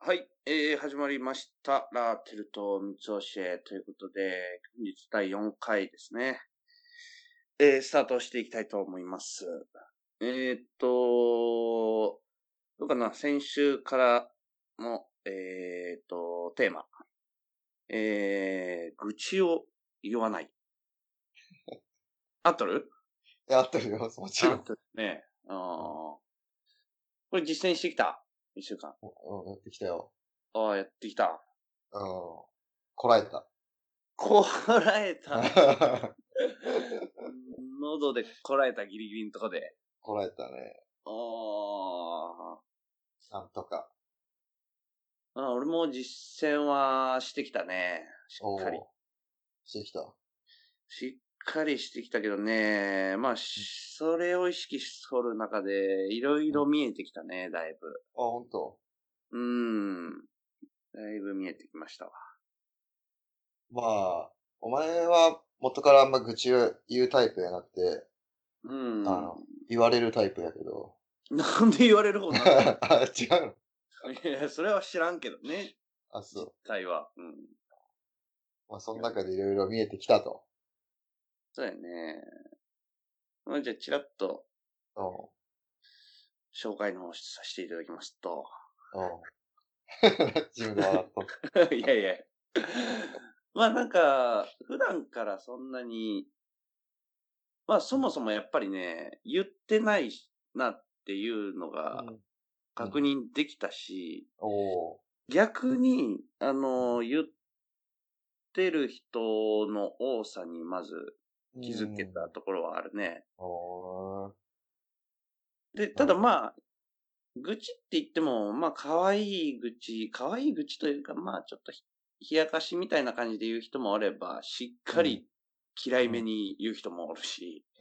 はい、始まりました。ラーテルと三つ教えということで、本日第4回ですね。スタートしていきたいと思います。どうかな、先週からの、テーマ。愚痴を言わない。合っとる？ 合ってるよ、もちろん。 合っとるね。これ実践してきた？ 1 週間。 やってきたよ。 ああ、やってきた。 うん。こらえた。 こらえた。喉でこらえたギリギリのとこで。 こらえたね。 あなんとか。 あ、俺も実践はしてきたね。しっかり。 おー、してきた。あ、 しっかりしてきたけどね。まあ、それを意識しとる中で、いろいろ見えてきたね、だいぶ。 ほんと。 だいぶ見えてきましたわ。 まあ、お前は元からあんま愚痴を言うタイプじゃなくて、 うん。 言われるタイプやけど。 なんで言われる方になったの？ あ、違うの？ いや、それは知らんけどね。 あ、そ実う。 態は。 まあ、その中でいろいろ見えてきたと。 そうやね。まあ、じゃあ、ちらっとう紹介の方させていただきますと。 ん。うん。自分で笑っとっいやいや。まあなんか、普段からそんなに、まあそもそもやっぱりね、言ってないなっていうのた。 がうん。うん。 確認できたし、 おー。 逆に、 うん。 言ってる人の多さにまずう気づけたん。 ところはあるね。 おー。 で、たなるほど。 だまあ、愚痴って言っても、まあ可愛い愚痴というか、まあちょっと冷やかしみたいな感じで言う人もおれば、しっうん。 かり嫌いうん。 めに言う人もおるし、 うん。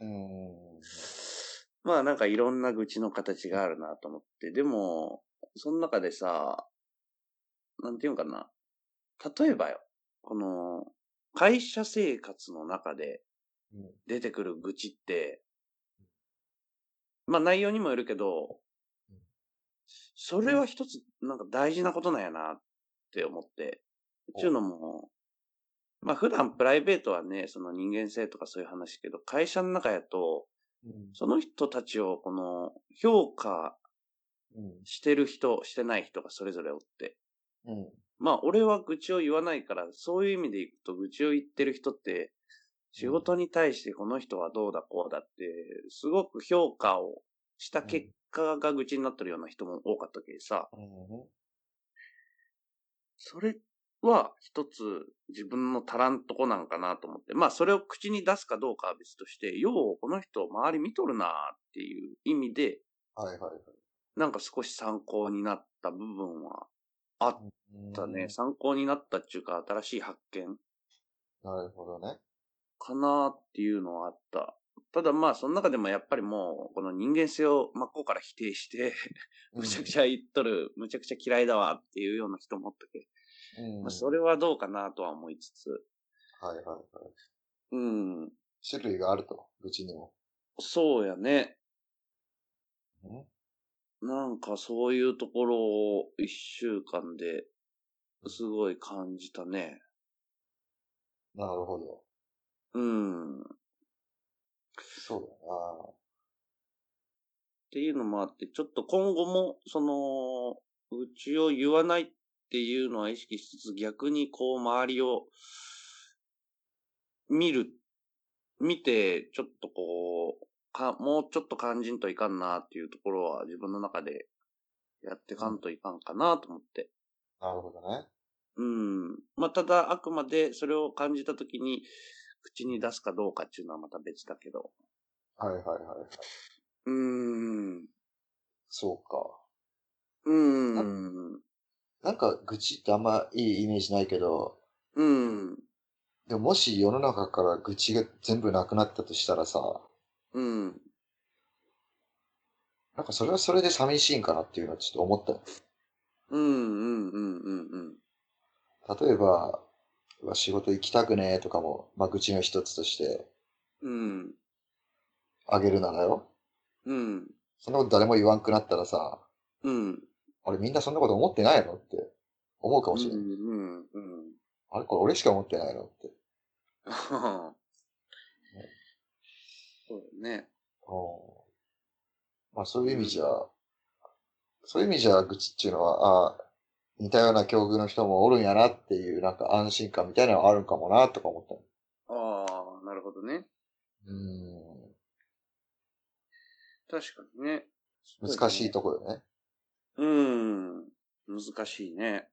まあなんかいろんな愚痴の形があるなと思って、でも、その中でさ、なんていうんかな、例えばよ、この、会社生活の中でうん。 出てくる愚痴って、まあ内容にもよるけど、それは一つなんか大事なことなんやなって思って、ちゅうお、 のも、まあ普段プライベートはね、その人間性とかそういう話けど、会社の中やと、 うん。 その人たちをこの評価うん。 してる人、してない人がそれぞれおって。 うん。 まあ俺は愚痴を言わないから、そういう意味でいくと愚痴を言ってる人って、仕うん。 事に対してこの人はどうだこうだって、すごく評価をした結うん。 果が愚痴になってるような人も多かったけどさ、 うん。 それは一つ自分の足らんとこなんかなと思って、まあそれを口に出すかどうかは別として、ようこの人周り見とるなっていう意味で、 はいはいはい。 なんか少し参考になった部分はあっうたね。 ん。 参考になったっていうか新しい発見なるほどね。 かなっていうのはあった。ただまあその中でもやっぱりもうこの人間性を真っ向から否定してうん。 むちゃくちゃ言っとる、むちゃくちゃ嫌いだわっていうような人もおったけ。 うまあん。 それはどうかなとは思いつつ、 はいはいはい。 うん、 種類があると、うちにも。 そうやね。 うん。 なんかそういうところを一週間ですごい感じたね。 なるほど。 うん。っそうだていうのもあって、ちょっと今後も、うちを言わないっていうのは意識しつつ、逆にこう周りを見る、見て、ちょっとこう、もうちょっと肝心といかんなっていうところは自分の中でやってな。うん。 かんといかんかなと思って。 なるほどね。 うん。まあ、ただ、あくまでそれを感じたときに、口に出すかどうかっていうのはまた別だけど。 はいはいはいはい。 うーん。 そうか。 うーな、 ん。 なんか愚痴ってあんまいいイメージないけど、 うん。 でももし世の中から愚痴が全部なくなったとしたらさ、 うん。 なんかそれはそれで寂しいんかなっていうのはちょっと思ったよ。 うん。うん。うん。うん。 例えば、うわ仕事行きたくねえとかも、まあ、愚痴の一つとしてうん。 あげるならよ。 うん。 そんなこと誰も言わんくなったらさ、 うん。 俺みんなそんなこと思ってないのって。 思うかうん、 もしれん。 うん、うん。 あれこれ俺しか思ってないのって。 そうだね。 まあそういう意味じゃ、 うん。 そういう意味じゃ愚痴っていうのは、似たような境遇の人もおるんやなっていうなんか安心感みたいなのはあるんかもなとか思った。 ああ、なるほどね。確かにね。すごい難しいね。 とこよね。 難しいね。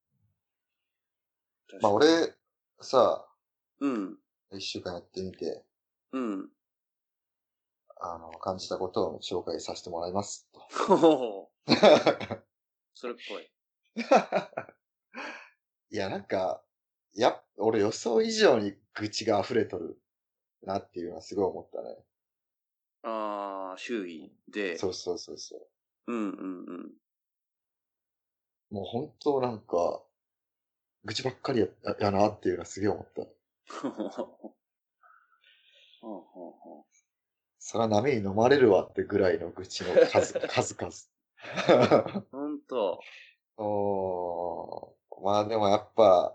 まあ確かに。 俺さ、 うん、 一週間やってみて、 うん。 感じたことを紹介させてもらいますと。 ほほほ。それっぽい。 いや、なんか、俺予想以上に愚痴が溢れとるなっていうのはすごい思ったね。 ああ、周囲で。 そうそうそうそうん、うん、うん。 う。もう本当なんか、愚痴ばっかりやなっていうのはすげえ思った。 ほほほほほほ。 そら波に飲まれるわってぐらいの愚痴の数々。 ほんと。 まあでもやっぱ、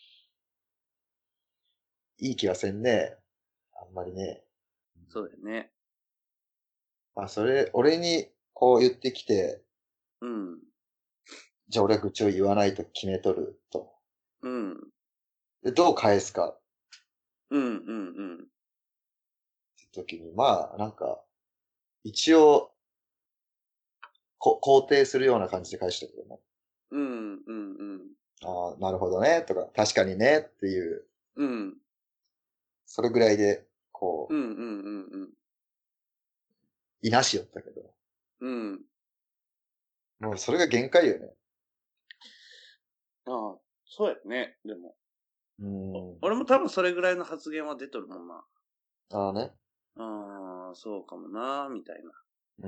いい気はせんね。あんまりね。 そうだよね。 まあ俺にこう言ってきて、 うん、 じゃあ俺は愚痴を言わないと決めとると。 うん、 で、どう返すかっうん、うん、うん。 て時に、まあなんか、一応、肯定するような感じで返したけどね。 うん、うん、うん。 ああ、なるほどね、とか、確かにね、っていう、 うん、 それぐらいで、 うん、うん、うん、うん。 いなしよったけど、 うん。 もうそれが限界よね。 ああ、そうやね。でも。 うん。 俺も多分それぐらいの発言は出とるもんな。 ああね。 ああ、そうかもな、みたいな。 うん。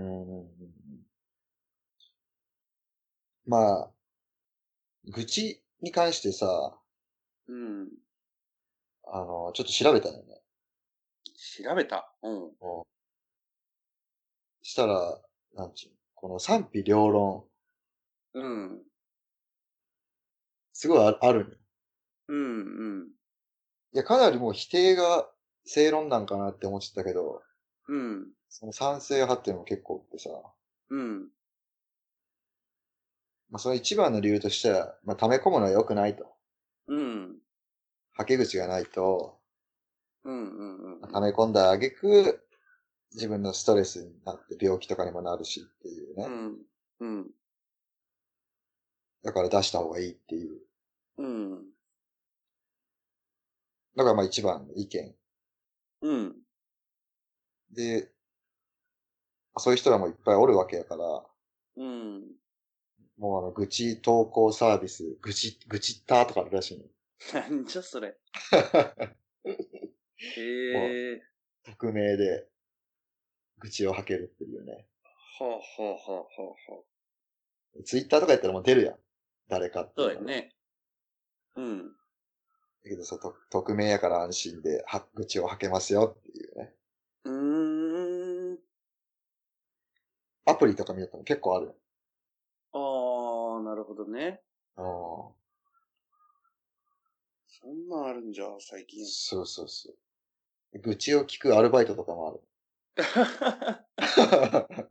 まあ、愚痴に関してさ、 うん。 ちょっと調べたよね。 調べた。うん。 したら、なんちゅうの、この賛否両論、 うん。 すごいあるんよ。 うん、うん。 いや、かなりもう否定が正論なんかなって思ってたけど、 うん。 その賛成派っていうのも結構ってさ、 うん。 まあその一番の理由としては、まあ溜め込むのは良くないと。 うん。 はけ口がないと、 うん。うん。 溜め込んだ挙句、自分のストレスになって病気とかにもなるしっていうね。 うん。うん。 だから出した方がいいっていう。 うん。 だからまあ一番の意見。 うん。 で、そういう人らもいっぱいおるわけやから、 うん。 もう愚痴投稿サービス、愚痴ったとかあるらしいの。 なんじゃそれ。 もう、 へえ。 匿名で愚痴を吐けるっていうね。 はあ、はあ、はあ、はあ、はあ。 ツイッターとかやったらもう出るやん。誰かっていうのが。だそうやね。うん。 けど匿名やから安心で、愚痴を吐けますよっていうね。 うーん。 アプリとか見ると結構ある。 ああ、なるほどね。 うん。 そんなんあるんじゃ、最近。 そうそうそう。愚痴を聞くアルバイトとかもある。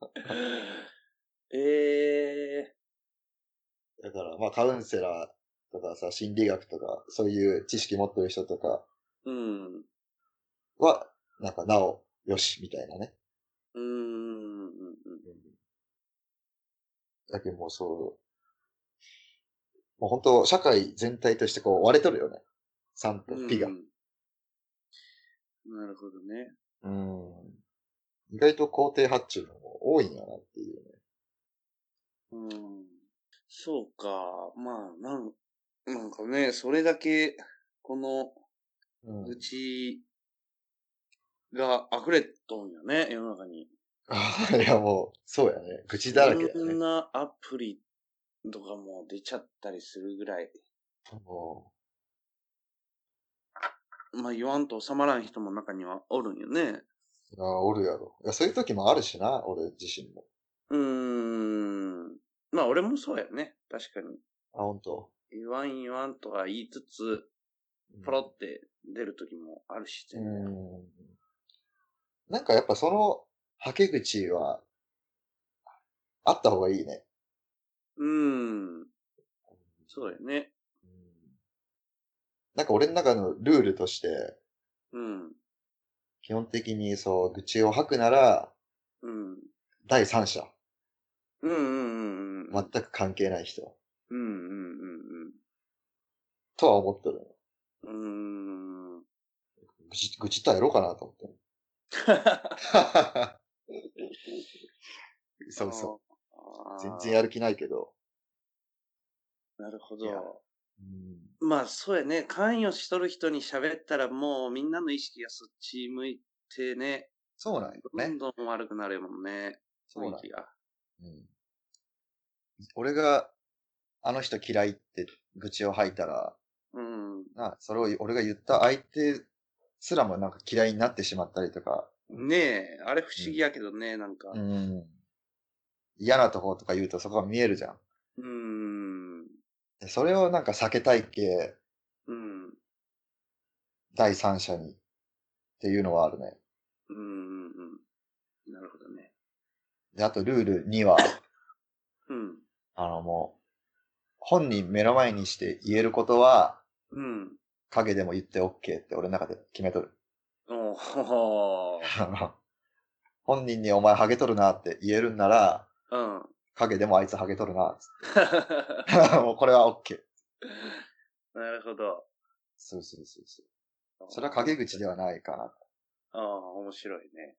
ええだから、まあカウンセラーとかさ、心理学とか、そういう知識持ってる人とかー。うん。 は、なんかなお、よし、みたいなね。 うーん。うん。 だけどもうそう、もう本当社会全体としてこう割れとるよね。3 うとピが。 ん。なるほどね。 うん。意外と肯定派っちゅうのも多いんやなっていうね。 うん。そうか。まあ、なんかね、それだけ、この、 うん。 愚痴が溢れとんよね、世の中に。 いやもう、そうやね。愚痴だらけやそんね。 なアプリとかも出ちゃったりするぐらい。 もまあ言わんと収まらん人も中にはおるんよね。 おるやろ。いや、そういう時もあるしな、俺自身も。 うーん。まあ俺もそうやね。確かに。 あ、ほんと。 言わん言わんとか言いつつ、ポロって出る時もあるし、全然。 なんかやっぱその、はけ口は、あった方がいいね。 そうやね。 なんか俺の中のルールとして、 うん。 基本的にそう、愚痴を吐くなら、 うん。 第三者。 うんうんうんうん。 全く関係ない人。 うんうんとは思ってる。 うんうん。 愚痴とはやろうかなと思ってる。嘘嘘。全然やる気ないけど。 なるほいや。 ど。まあ、そうやね。関与しとる人に喋ったらもうみんなの意識がそっち向いてね、 そうなんよね。 どんどん悪くなるもんね。 そうなん雰囲気が。 俺があの人嫌いって愚痴を吐いたら、それを俺が言った相手すらもなんか嫌いになってしまったりとか。 ねえ、あれ不思議やけどね、なんか。 嫌なところとか言うとそこが見えるじゃん。でそれをなんか避けたいっけ、第三者にっていうのはあるね。 なるほどね。 で、あとルール2は、もう、本人目の前にして言えることは、影でも言って OK って俺の中で決めとる。本人にお前ハゲとるなって言えるんなら、影でもあいつハゲとるなっつって。もうこれは OK。 なるほど。 そう。それは陰口ではないかな。 ああ、面白いね。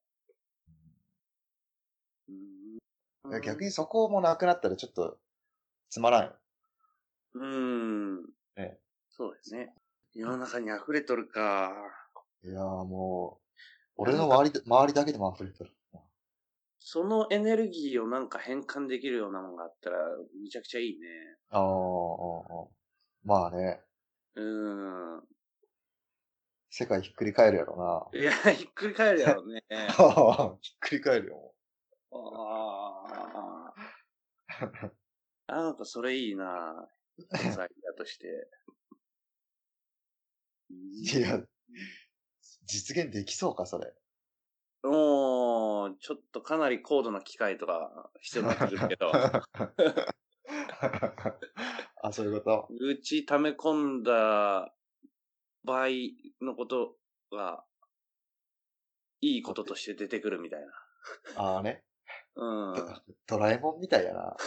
逆にそこもなくなったらちょっとつまらんよ。 ね、そうですね。世の中に溢れとるか。 いやーもう、俺の周りだけでも溢れとる。 そのエネルギーをなんか変換できるようなものがあったら、めちゃくちゃいいね。 まあね。世界ひっくり返るやろな。いや、ひっくり返るやろね。 ひっくり返るよ。 なんかそれいいな。一つアイデアとして。 いや、実現できそうか、それ。 ちょっとかなり高度な機械とか必要になってくるけど。 あ、そういうこと愚痴溜め込んだ場合のことが、いいこととして出てくるみたいな。 ああね。ドラえもんみたいやな。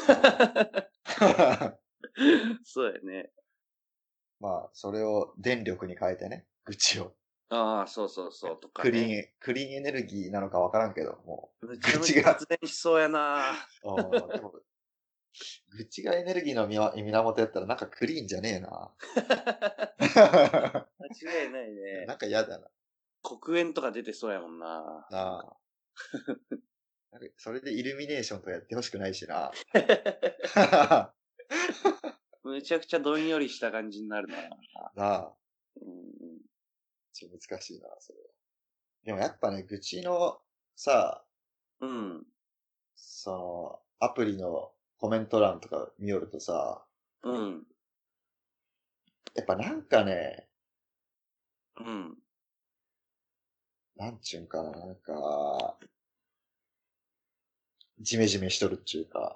そうやね。 まあ、それを電力に変えてね、愚痴を。 ああ、そうとかね。クリーンエネルギーなのかわからんけど、もう。めちゃめちゃ発電しそうやな。 でも、愚痴がエネルギーの源やったらなんかクリーンじゃねえな。 間違いないね。 なんか嫌だな。 黒煙とか出てそうやもんな。 なんかそれでイルミネーションとかやってほしくないしな。 めちゃくちゃどんよりした感じになるな。 ちょっと難しいな、それは。でもやっぱね、愚痴のさ、その、アプリのコメント欄とか見よるとさ、やっぱなんかね、なんちゅうんかな、なんか、ジメジメしとるっちゅうか、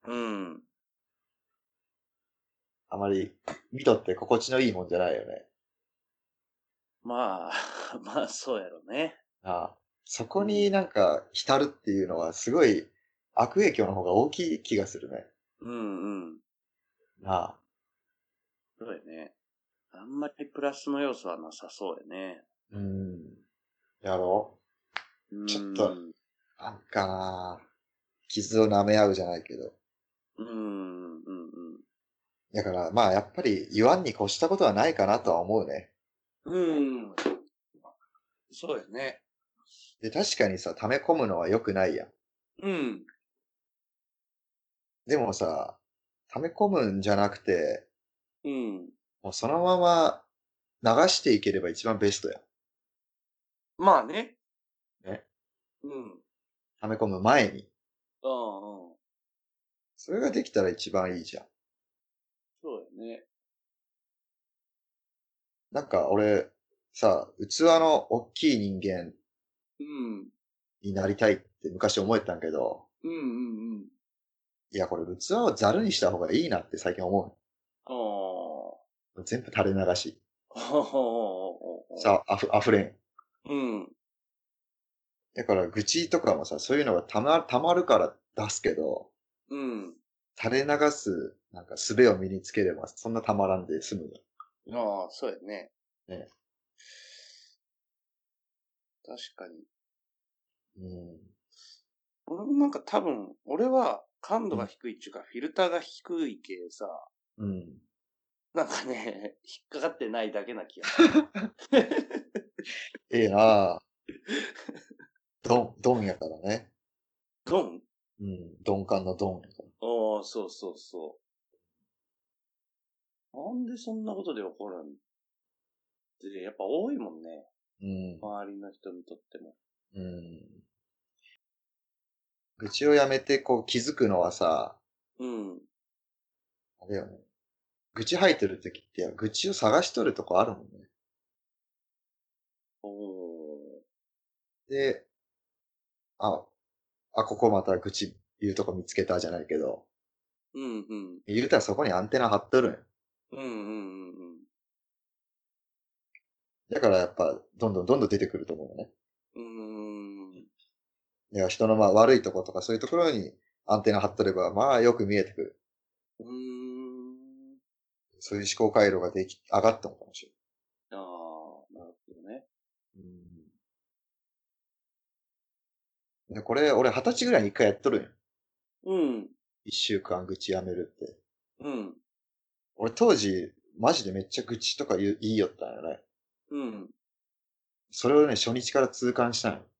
あまり見とって心地のいいもんじゃないよね。 まあそうやろね。 そこになんか浸るっていうのはすごい悪影響の方が大きい気がするね。 そうやね。あんまりプラスの要素はなさそうやね。 やろうちょっと、なんかな傷を舐め合うじゃないけど。だから、まあやっぱり言わんに越したことはないかなとは思うね。 そうやね。 で、確かにさ、溜め込むのは良くないやん。でもさ、溜め込むんじゃなくて、もうそのまま流していければ一番ベストや。 まあね。 ね。溜め込む前に。それができたら一番いいじゃん。 そうね。 なんか俺、さ、器の大きい人間うん。 になりたいって昔思えたんけど、 うんうんうん。 いや、これ器をザルにした方がいいなって最近思ああ。 う。全部垂れ流し。 ほほほほほ。 さ、溢れん。 うん。 だから愚痴とかもさ、そういうのがたまるから出すけど、 うん。 垂れ流す、なんか術を身につければ、そんなたまらんで済むああ、そうやね。 よ。ね。 確かに。 うん。 俺もなんか多分、俺は感度がうん。 低いっていうか、フィルターが低いけさ、 うん。 なんかね、引っかかってないだけな気がする。 ええなぁ。ドンやからね。 ドン。 うん。鈍感のドンやから。 ああ、そうそうそう。なんでそんなことで起こるんってやっぱ多いもんね。 うん。 周りの人にとっても。 うん。愚痴をやめてこう気づくのはさ、 うん。 あれよね。愚痴吐いてる時って、愚痴を探しとるとこあるもんね。 おー。 で、あ、ここまた愚痴言うとこ見つけたじゃないけど、 うんうん。 言うたらそこにアンテナ張っとるんよ。 うんうんうんうん。 だからやっぱ、どんどん出てくると思うよね。 うーん。 いや、人のまあ悪いとことかそういうところにアンテナ張っとれば、まあよく見えてくる。 うーん。 そういう思考回路が上がったのかもしれああ、なるほどね。 ない。で、これ、俺20歳ぐらいに一回やっとるんよ。 うん。 1週間愚痴やめるって。 うん。 俺当時、マジでめっちゃ愚痴とか言いよったんよね。 うん。 それをね、初日から痛感したんよ。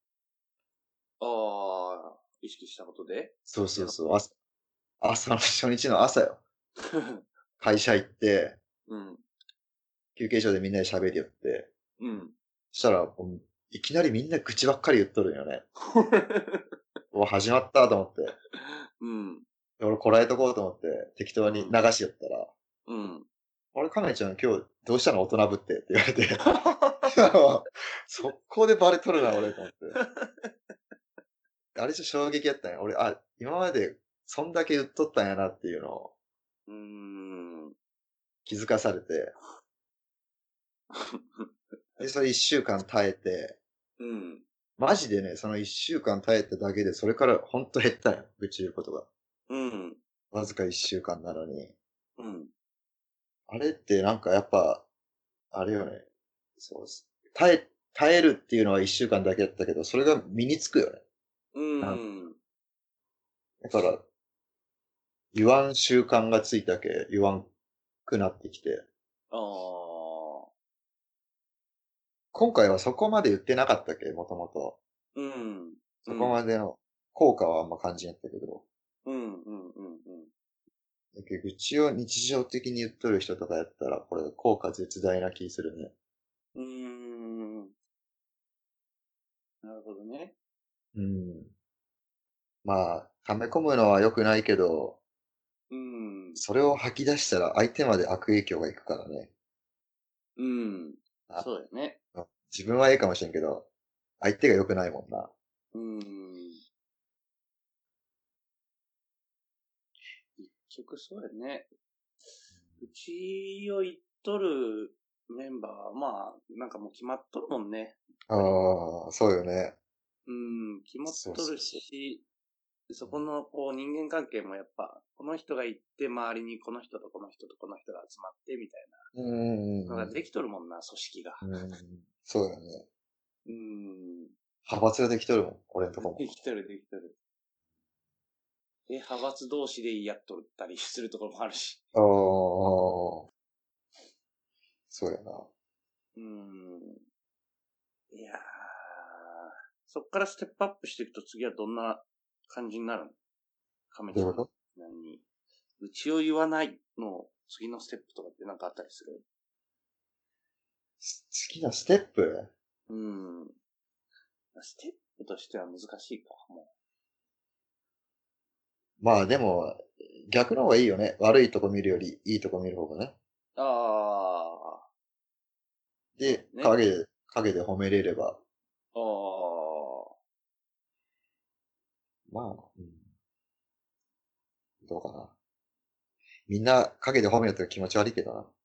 ああ、意識したことでそうそやろうそう。朝の初日の朝よ。 う。 会社行って、 うん。 休憩所でみんなで喋りよって、 うん。 そしたら、いきなりみんな愚痴ばっかり言っとるんよね。始まったと思って。 うん。 で俺こらえとこうと思って、適当にうん。 流しよったら、 うん。 あれ、かなりちゃん今日どうしたの大人ぶってって言われて、速攻でバレとるな、俺と思って。あれちょっと衝撃やったんや。俺、今までそんだけ言っとったんやなっていうのをうーん。 気づかされて、で、それ1週間耐えて、 うん。 マジでね、その1週間耐えただけで、それからほんと減ったんよ。愚痴言うことが。 うん。 わずか1週間なのに。 うん。 あれってなんかやっぱ、あれよね。そうっす。耐えるっていうのは1週間だけだったけど、それが身につくよね。 うん。 だから、言わん習慣がついたけ、言わんくなってきて。 ああ。 今回はそこまで言ってなかったけ、もともと。 うん。うそこん。 までの効果はあんま感じんやったけど。 うん。うん。うん。うん。 だけど愚痴を日常的に言っとる人とかやったら、これ効果絶大な気するね。 うーん。なるほどね。 うん。まあ、溜め込むのは良くないけど、 うん。 それを吐き出したら相手まで悪影響がいくからね。 うん。 あ、 そうだよね。 自分はいいかもしれんけど、相手が良くないもんな。 うん。結局そうやね。うちを言っとるメンバーは、まあ、なんかもう決まっとるもんね。やっぱり。 ああ、そうよね。 うん、決まっそうとるそうそう。 し、そこのこう人間関係もやっぱ、この人が行って周りにこの人とこの人とこの人が集まってみたいうんうんなのうんができとるもんな、組織が。 うん。うん、そうよね。 うん。 派閥ができとるもん、俺んとこも。 できとるできとる。で、派閥同士で言い合っとったりするところもあるし。 ああ、そうやな。 うん。いやー、そっからステップアップしていくと次はどんな感じになるの？亀ちゃん。 どういうこと？ 何？うちを言わないの次のステップとかってなんかあったりする？ 次のステップ？ うん。ステップとしては難しいか、もまあでも、 逆の方がいいよね。悪いとこ見るよりいいとこ見る方がね。 ああ、そうで、 ね。 影で褒めれれば、 ああ、 まあ、どうかな。みんな影で褒めると気持ち悪いけどな。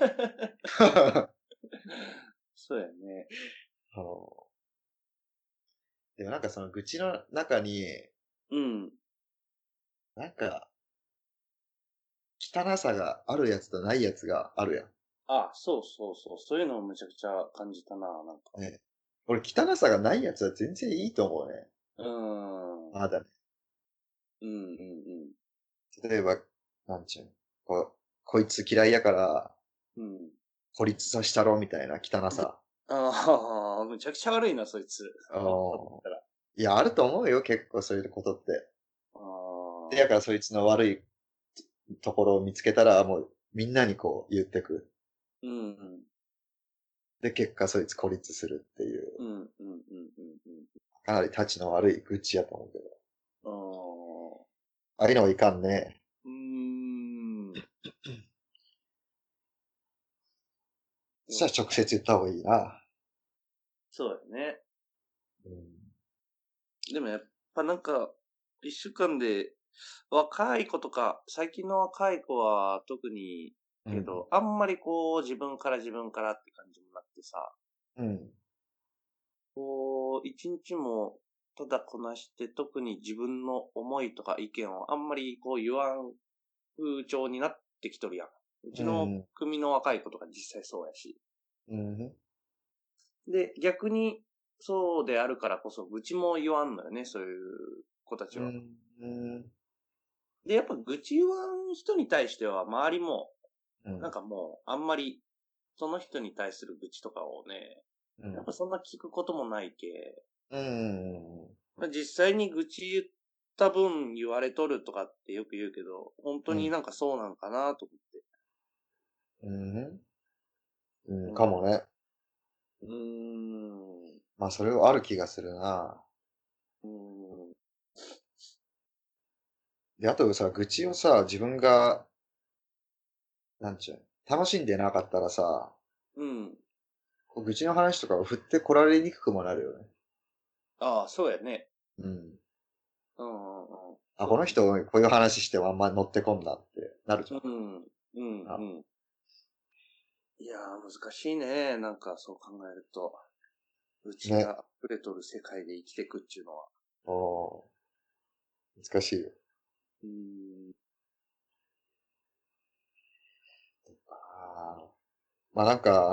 そうやね。 あの、でもなんかその愚痴の中に、 うん。 なんか汚さがあるやつとないやつがあるやあ、そうそうそう。そういうのをめちゃくちゃ感じたな、なんか。 ん。ね。俺汚さがないやつは全然いいと思うね。 うーん。 まだね。 うんうん例えば、なんちゅうの、こいつ嫌いやから、 うん。うん。 孤立させたろみたいな汚さ。 ああ、めちゃくちゃ悪いな、そいつ。 あと思っーたら。 いや、あると思うよ、結構そういうことって。 あで、だあ、 からそいつの悪いところを見つけたら、もうみんなにこう言ってく。 うんうん。 で、結果そいつ孤立するっていう、 うんうんうんうんかなり立ちの悪い愚痴やと思うけど。 うん。ああ。 ああいうのはいかんね。 うーん。 そしたら直接言った方がいいな。 そうやね。 うん。 でもやっぱなんか、一週間で、若い子とか、最近の若い子は特に、 うん。 けど、あんまりこう、自分からって感じもなってさ、 うん。 こう、一日もただこなして、特に自分の思いとか意見をあんまりこう言わん風潮になってきとるやん。うちのうん。 組の若い子とか実際そうやし。 うん。 で、逆に、そうであるからこそ、愚痴も言わんのよね、そういう子たちは。 うん。うん。 で、やっぱ愚痴言わん人に対しては、周りも、 うん。 なんかもう、あんまり、その人に対する愚痴とかをね、 うん。 やっぱそんな聞くこともないけ、 うん。 まあ、実際に愚痴言った分言われとるとかってよく言うけど、本当になんかそうなんかなと思って。 うん。うん。かうん。 もね。 うーん。 まあ、それはある気がするな。 うーん。 で、あとさ、愚痴をさ、自分が、なんちゅうの、楽しんでなかったらさ、 うん。 こう愚痴の話とかを振ってこられにくくもなるよね。 ああ、そうやね。 うん。 うんうんうん。 あ、この人、こういう話してもあんま乗ってこんなってなるじゃん。 うん。うんあ、 うん。いやー、難しいね。なんかそう考えると。うちね。 が溢れとる世界で生きてくっていうのは。 おー、難しいよ。 うーん。 あー、まあなんか、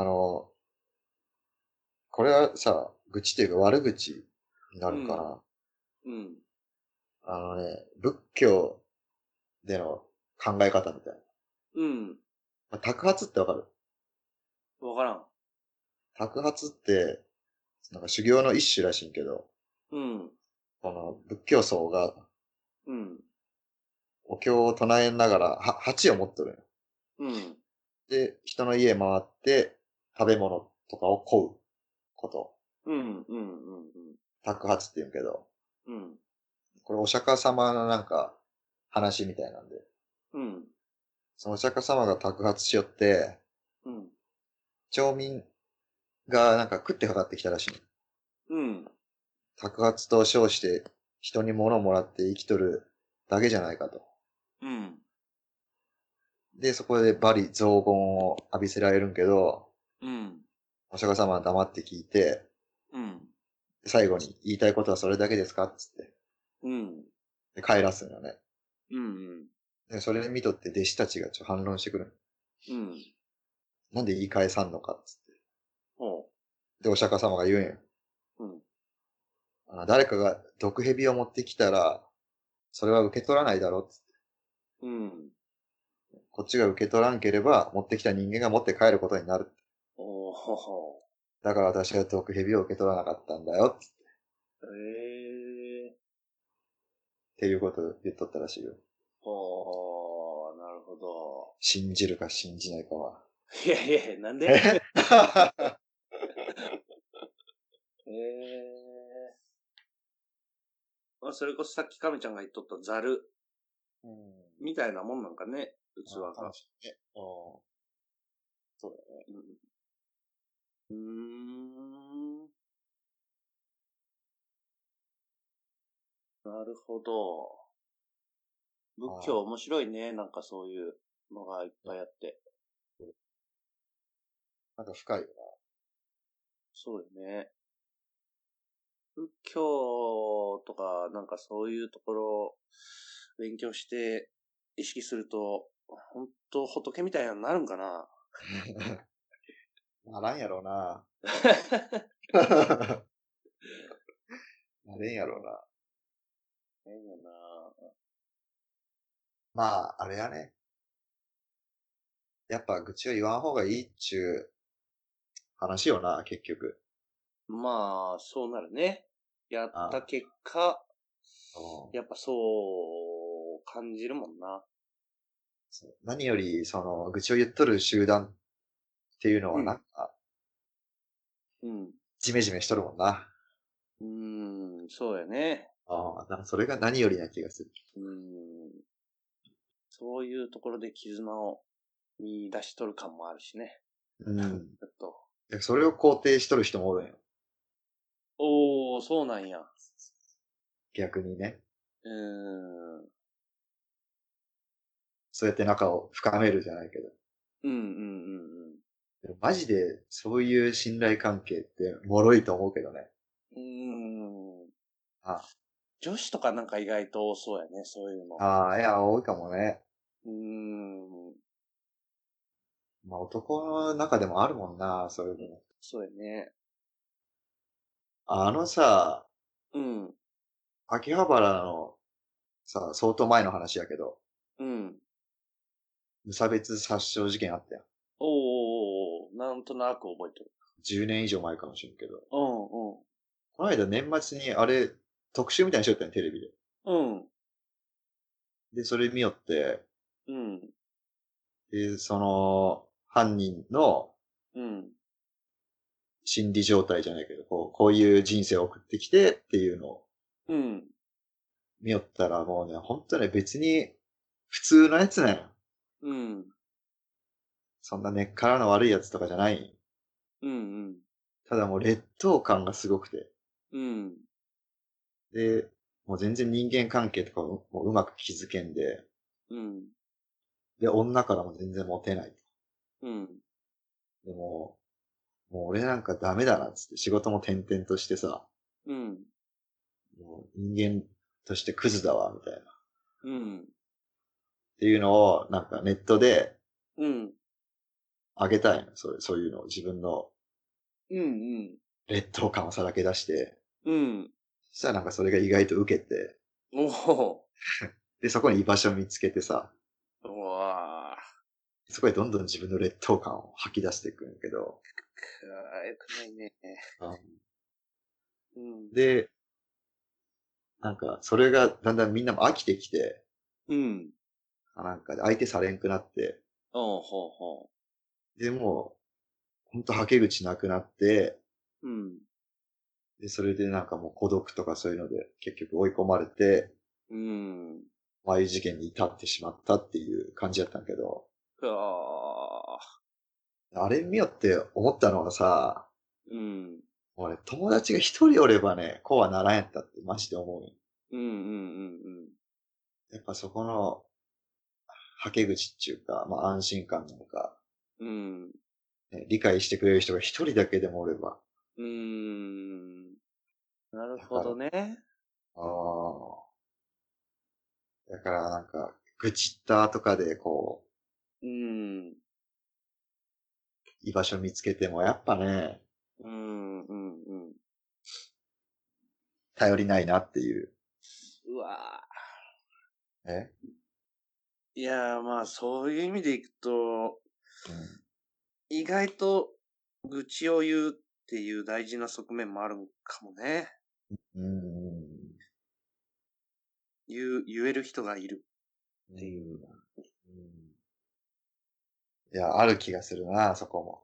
これはさ、愚痴っていうか悪口になうん。 るかうん。 な。仏教での考え方みたいな。 うん。 まあ、托発ってわかる？ わからん。 托発って、なんか修行の一種らしいんけど、 うん。 この仏教僧がうん。 お経を唱えながら、鉢を持っとるんよ。 うん。 で、人の家回って食べ物とかを乞うこと。 うん。うん。うん。 托発って言うんけど、 うん。 これお釈迦様のなんか話みたいなんで、 うん。 そのお釈迦様が托発しよって、 うん。 町民がなんか食ってかかってきたらしいの。 うん。 托発と称して人に物をもらって生きとるだけじゃないかと。 うん。 で、そこで罵詈雑言を浴びせられるんけど、 うん。 お釈迦様は黙って聞いて、 うん。 最後に言いたいことはそれだけですかっつって。 うん。 で、帰らすのよね。 うん。 で、それ見とって弟子たちが反論してくる。 うん。 なんで言い返さんのかっつって。 ほで、お釈迦様が言うんよ。 う。うん。 誰かが毒蛇を持ってきたら、それは受け取らないだろっつって。 うん。 こっちが受け取らんければ、持ってきた人間が持って帰ることになる。 おほほ。 だから私は毒蛇を受け取らなかったんだよっつって。 ええっていうことを言っとったらしいよ。 ー。ほー、なるほど。 信じるか信じないかは。 いやいやいや、なんでえええまあ、それこそさっき亀ちゃんが言っとったザルうん。 みたいなもんなんかね、器かが。 もしれないね。そうだね。 うーん。なるほど。仏教面白いね。なんかそういうのがいっぱいあって。 なんか深いよそうよね。仏教とか、なんかそういうところ、勉強して意識すると、本当仏みたいになるんかな。 な。ならんやろうな。なれんやろうな。 変やな。 まあ、あれやね。やっぱ愚痴を言わん方がいいっちゅう話よな、結局。 まあ、そうなるね。やったあ結果、 あ、 やっぱそう感じるもんな。 そう何より、愚痴を言っとる集団っていうのは、なんうん。 か、 うん。 ジメジメしとるもんな。 そうやね。 なんかそれが何よりな気がする。 そういうところで絆を見出しとる感もあるしね。 うん。 ちょっと。 それを肯定しとる人もおるんよ。 おー、そうなんや。 逆にね。 うーん。 そうやって仲を深めるじゃないけど。 うんうんうんでもマジで、そういう信頼関係って脆いと思うけどね。 うん。 あ女子とかなんか意外と多そうやね、そういうの。 あ、いや、多いかもね。 うーん。 まあ男の中でもあるもんな、そういうの。 そうやね。 あのさ、 うん。 秋葉原のさ、相当前の話やけど、 うん。 無差別殺傷事件あったやん。 おーおーおー、なんとなく覚えてる。 10年以上前かもしれんけど。 うんこの間年末にあれ、特集みたいにしとったんよ、テレビで。 うん。うん。 で、それ見よって、 うん。 で、犯人のうん。 心理状態じゃないけど、こういう人生を送ってきてっていうのをうん。 見よったらもうね、ほんとね、別に普通のやつなんよ。 うん。 そんな根っからの悪いやつとかじゃないんよ。 うん。 ただもう劣等感がすごくて。 うん。 で、もう全然人間関係とかもうまく築けんで、 うん。 で、女からも全然モテない。 うん。 でもう俺なんかダメだなっつって仕事も転々としてさ、 うん。 もう人間としてクズだわ、みたいな。っうん。 ていうのをなんかネットでうん。 あげたいの。そういうのを自分のうん。 劣等感をさらけ出して、 うん。 そしたらなんかそれが意外と受けて、 おお。 で、そこに居場所を見つけてさ、 うわー。 そこでどんどん自分の劣等感を吐き出していくんだけど、 よくないね。 うんうん。 で、なんかそれがだんだんみんなも飽きてきて、 うん。 なんか相手されんくなって、 おうほうほで、もう、ほんとはけ口なくなって、 う。うん。 で、それでなんかもう孤独とかそういうので結局追い込まれて、 うん。 ああいう事件に至ってしまったっていう感じだったんだけど、 うわあれ見よって思ったのはさ、 ー。うん。 俺友達が一人おればね、こうはならんやったってマジで思うよ。 うんうんうんやっぱそこの、はけ口っていうか、まあ安心感なのか、 うん。うん。 ね、理解してくれる人が一人だけでもおれば、 うーん。なるだから、 ほどね。 ああ、だからなんか、愚痴ったとかでこうん。 う、居場所見つけてもやっぱね、 うんうんうん。 頼りないなっていう。 うわえー。いやーまあそういう意味でいくと、 うん。 意外と愚痴を言うっていう大事な側面もあるんかもね。 うん。 言える人がいるうん。 っていう。 いや、ある気がするな、そこも。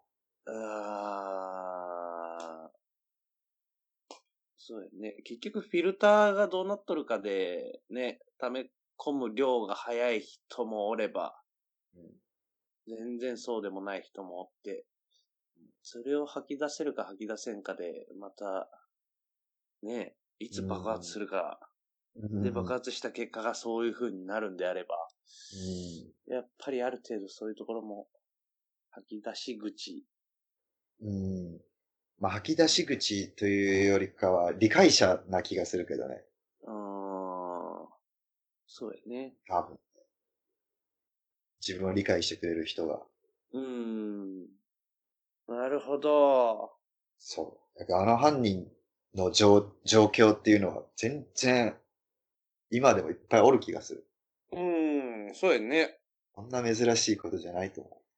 あー、そうやね。結局フィルターがどうなっとるかで、ね、溜め込む量が早い人もおれば、 うん全然そうでもない人もおって、それを吐き出せるか吐き出せんかで、また、ね、いつ爆発するか、 うんで、爆発した結果がそういう風になるんであれば、 うんやっぱりある程度そういうところも吐き出し口。 うんまあ、吐き出し口というよりかは、理解者な気がするけどね。 そうやね。 多分。自分を理解してくれる人が。 なるほど。 そう。だからあの犯人の状況っていうのは全然今でもいっぱいおる気がする。 そうやね。 こんな珍しいことじゃないと思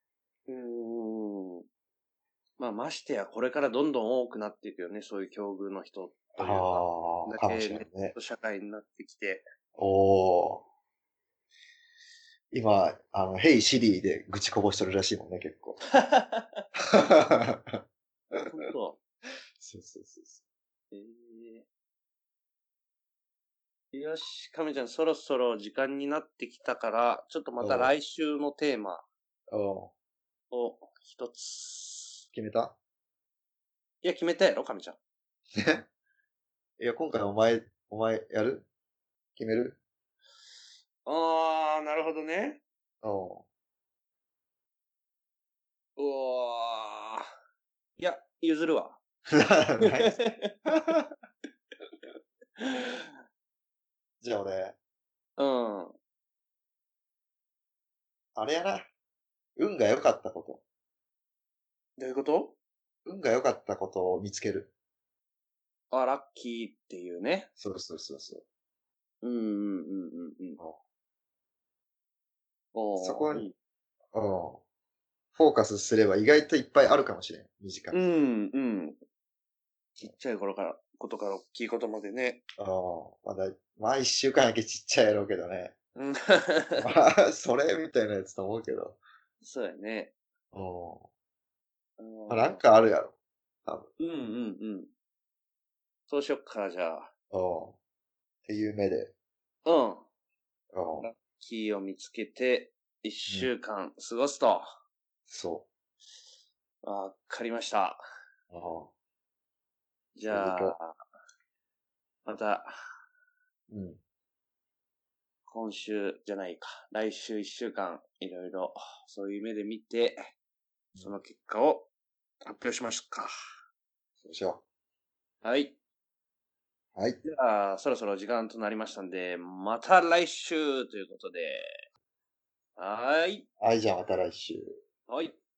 まあ、ましてや、これからどんどん多くなっていくよね、そういう境遇の人う。 というか。だかもしけネッれないね。 ト社会になってきて。 おー。今、ヘイシリーで愚痴こぼしとるらしいもんね、結構。 本当。 そうそうそうそよし、亀ちゃん、そろそろ時間になってきたから、ちょっとまたおう来週のテーマう。おうを一つ。 決めたいや、決めたやろ、亀ちゃん。 ねいや、今回お前やる決めるなるほどね。 おう。 うわー。いや、譲るわ。 ナイスじゃあ俺、 うん。 あれやな。運が良かったこと。 どういうこと？ 運が良かったことを見つける。 ラッキーっていうね。 そうそうそうそう。おそこに、 いい。 フォーカスすれば意外といっぱいあるかもしれん。身近に。 ちっちゃいことから大きいことまでね。 まあ一週間だけちっちゃいやろうけどね。 うん。 まあ、それみたいなやつと思うけど。 そうやね。 まあ、なんかあるやろ。多そうしよっか、じゃあ。 分。っていう目で。 ラッうんキーを見つけて、一週間過ごすと。 そわかりました。 う。 じゃあ、また、 うん。 今週じゃないか。来週一週間、いろいろ、そういう目で見て、その結果を発表しましょうか。 そうしよはい。 う。はい。 じゃあ、そろそろ時間となりましたんで、また来週ということで。はーい。 はい、じゃあまた来週。 はい。